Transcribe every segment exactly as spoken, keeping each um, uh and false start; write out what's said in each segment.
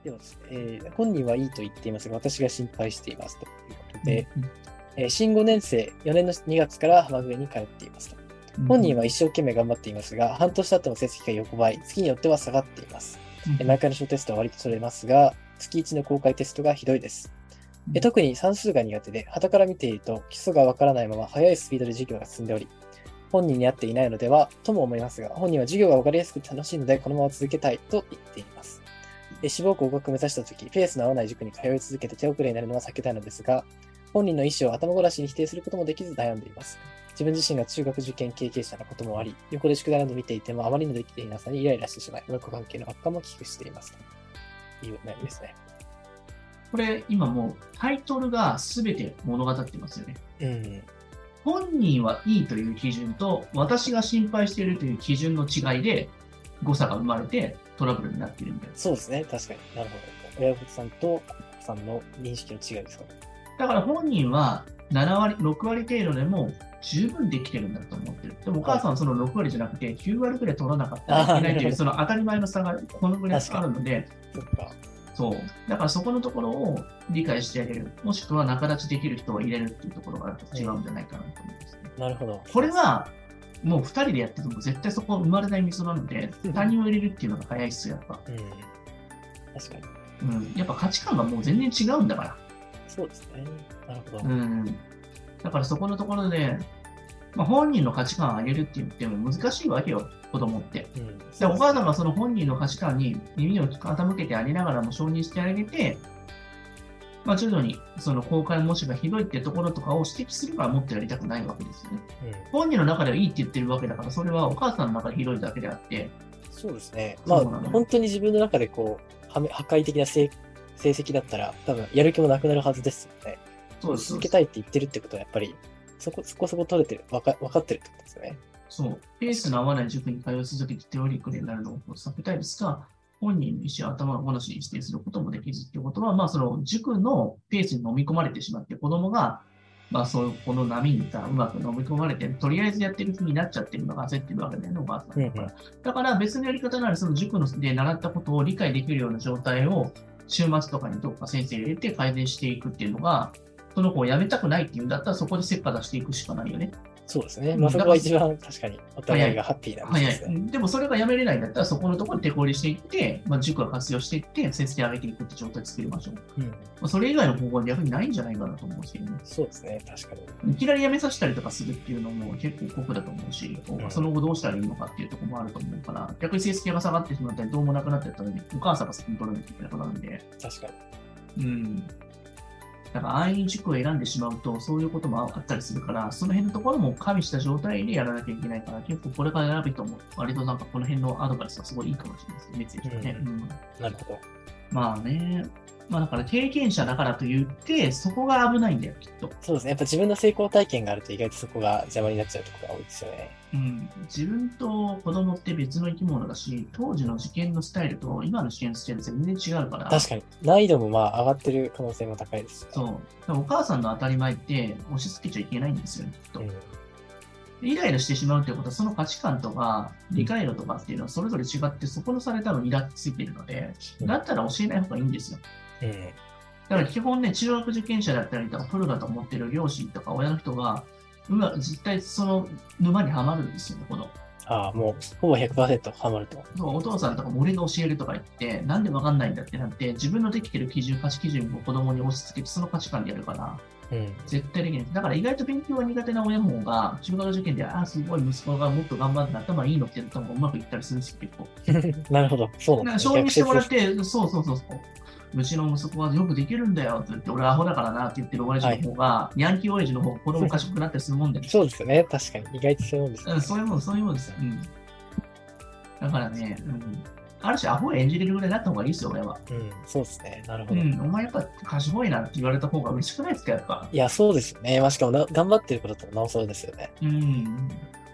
ではですね、えー本人はいいと言っていますが、私が心配していますということで、 うんえー新ごねん生、よねんのにがつから浜辺に通っていますと。 うん本人は一生懸命頑張っていますが、半年経っても成績が横ばい、月によっては下がっています。 うんえー毎回の小テストは割と取れますが、月いちの公開テストがひどいです。えー特に算数が苦手で、傍から見ていると基礎がわからないまま速いスピードで授業が進んでおり、本人に合っていないのではとも思いますが、本人は授業が分かりやすく楽しいので、このまま続けたいと言っています。え志望校合格を目指したとき、ペースの合わない塾に通い続けて手遅れになるのは避けたいのですが、本人の意思を頭ごなしに否定することもできず悩んでいます。自分自身が中学受験経験者のこともあり、横で宿題など見ていてもあまりのできていなさにイライラしてしまい、親子関係の悪化も危惧しています。という悩みですね。 これ、今もうタイトルが全て物語ってますよね。 うん。 本人はいいという基準と、私が心配しているという基準の違いで、誤差が生まれてトラブルになっているんだよ。 そうですね。確かに。なるほど。親御さんとお子さんの認識の違いですかね。 だから本人はなな割、ろく割程度でも十分できてるんだと思ってる。でもお母さんはそのろく割じゃなくてきゅう割くらい取らなかったらいけないという、 あーなるほどその当たり前の差がこのぐらいあるので、 そっか。 そう。だからそこのところを理解してあげる。もしくは仲立ちできる人を入れるっていうところがあると違うんじゃないかなと思いますね。 なるほど。 これは、もうふたりでやってても絶対そこは生まれない溝なので、他人を入れるっていうのが早いっすよ、やっぱ。 うん。確かに。 うん。やっぱ価値観がもう全然違うんだから。 そうですね。なるほど。 うん。だからそこのところで、まあ、本人の価値観を上げるって言っても難しいわけよ、子供って。 うん。 でお母さんがその本人の価値観に耳を傾けてあげながらも承認してあげて、まあ、徐々にその公開模試がひどいってところとかを指摘するからもっとやりたくないわけですよね。 うん。 本人の中ではいいって言ってるわけだから、それはお母さんの中でひどいだけであって、 そうですね。まあ、 そうなの本当に自分の中でこう、はめ破壊的な成成績だったら、多分やる気もなくなるはずですよね。 そうです続けたいって言ってるってことは、やっぱり、そこ、そこそこ取れてる、わか、分かってるってことですよね。 そう。ペースの合わない塾に通い続けてテオリックになるのを避けたいですが、本人の意思を頭ごなしに指定することもできずっていうことは、まあその塾のペースに飲み込まれてしまって、子供が、まあそういうこの波にさ、うまく飲み込まれて、とりあえずやってる気になっちゃってるのが焦ってるわけだよね、おばあさんだから。だから別のやり方なら、その塾ので習ったことを理解できるような状態を、週末とかにどっか先生入れて改善していくっていうのが、その子を辞めたくないっていうんだったら、そこで成果出していくしかないよね。 そうですね。まあ、そこが一番確かにお互いがハッピーな道早ですね。 い。でもそれがやめれないんだったら、そこのところで手こ入れしていって、まあ、塾が活用していって、成績上げていくって状態作りましょう。 うん。 まあ、それ以外の方法は逆にないんじゃないかなと思うんですけどね。 そうですね。確かに。 いきなり辞めさせたりとかするっていうのも結構酷だと思うし、 うんその後どうしたらいいのかっていうところもあると思うから、逆に成績が下がってしまったり、どうもなくなってったら、ね、お母さんが責任取らなきゃいけなくなるんで。 確かに。 うん。だから安易に塾を選んでしまうと、そういうこともあったりするから、その辺のところも加味した状態でやらなきゃいけないから、結構これから選ぶ人も、割となんかこの辺のアドバイスはすごいいいかもしれないですね、メッセージがね。 うんうんなるほど。 まあね、まあだから経験者だからと言って、そこが危ないんだよ、きっと。 そうですね。やっぱ自分の成功体験があると意外とそこが邪魔になっちゃうところが多いですよね。 うん、自分と子供って別の生き物だし、当時の受験のスタイルと今の受験のスタイル全然違うから。 確かに。難易度もまあ上がってる可能性も高いです、ね。 そう。だからお母さんの当たり前って押し付けちゃいけないんですよね、きっと。 うんイライラしてしまうということは、その価値観とか理解度とかっていうのはそれぞれ違って、そこの差で多分イラついているので、だったら教えない方がいいんですよ。 うん。 だから基本ね、中学受験者だったりとか、プロだと思ってる両親とか親の人が、うまく絶対その沼にはまるんですよね、この。 ああ、もうほぼひゃくパーセントハマると。 そうお父さんとかも俺が教えるとか言って、なんでわかんないんだってなって、自分のできてる基準、価値基準を子供に押し付けて、その価値観でやるから、 うん。 絶対できない。だから意外と勉強が苦手な親の方が、中学受験で、ああ、すごい息子がもっと頑張って頭いいのって言った方がうまくいったりするんですよ、結構。 なるほど。そうなんなんかですね。 承認してもらっ逆説て、そうそうそうそう。うちの息子はよくできるんだよって言って、俺アホだからなって言ってる親父の方が、ヤンキー親父の方が子供賢くなったりするもんだよ。 そうですよね。確かに。意外とそういうもんです、ね。 うん、そういうもん、そういうもんですよ。うん。だからね、うん。ある種アホを演じれるぐらいになった方がいいですよ、俺は。 うん、そうですね。なるほど。 うん、お前やっぱ賢いなって言われた方が嬉しくないですか、やっぱ。 いや、そうですよね。まあ、しかもな頑張ってることとなおそうですよね。 うん。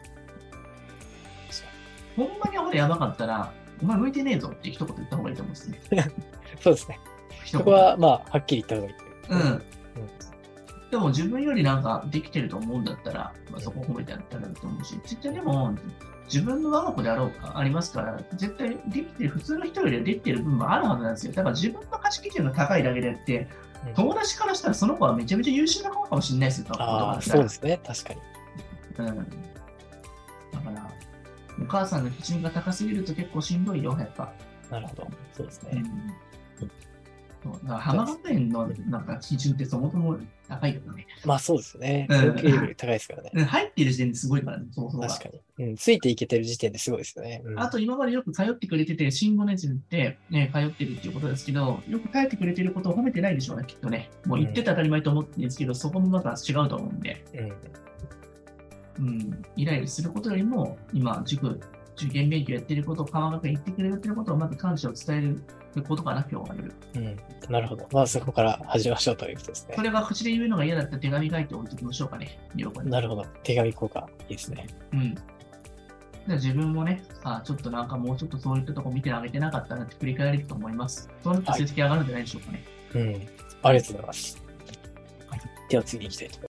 ほんまにアホでやばかったら、お前向いてねえぞって一言言った方がいいと思うんですね。 そうですね。 一言そこは、まあ、はっきり言った方がいい。 うん。でも自分よりなんかできてると思うんだったら、まあ、そこを褒めてやったらいいと思うし、絶対でも、 自分の我が子であろうか、ありますから、絶対できてる、普通の人よりはできてる部分もあるはずなんですよ。だから自分の価値基準が高いだけであって、うん、友達からしたらその子はめちゃめちゃ優秀な子かもしれないですよ、 ああ、そうですね、確かに。 うん。だから、お母さんの基準が高すぎると結構しんどいよ、やっぱ。 なるほど。そうですね。 うんそうだから浜学園のなんか基準ってそもそも高いからね。 まあそうですね。供給力高いですからね。 入ってる時点ですごいからね、そうそう。 確かに、うん。ついていけてる時点ですごいですよね。うん、 あと今までよく通ってくれてて、新ごねん生って、ね、通ってるっていうことですけど、よく通ってくれてることを褒めてないでしょうね、きっとね。もう言ってた当たり前と思ってるんですけど、うん、そこもまた違うと思うんで。うん。うん。イライラすることよりも、今、塾、受験勉強やってることを浜学園言ってくれるっていうことをまず感謝を伝えることかな、今日は。 うん。なるほど。まあそこから始めましょうということですね。 それが口で言うのが嫌だったら手紙書いておいておきましょうかね。 なるほど。手紙効果、いいですね。 うん。じゃあ自分もね、あちょっとなんかもうちょっとそういったとこ見てあげてなかったなって振り返れると思います。そうなって成績上がるんじゃないでしょうかね。 はい、うん。ありがとうございます。はい、では次に行きたいと思います。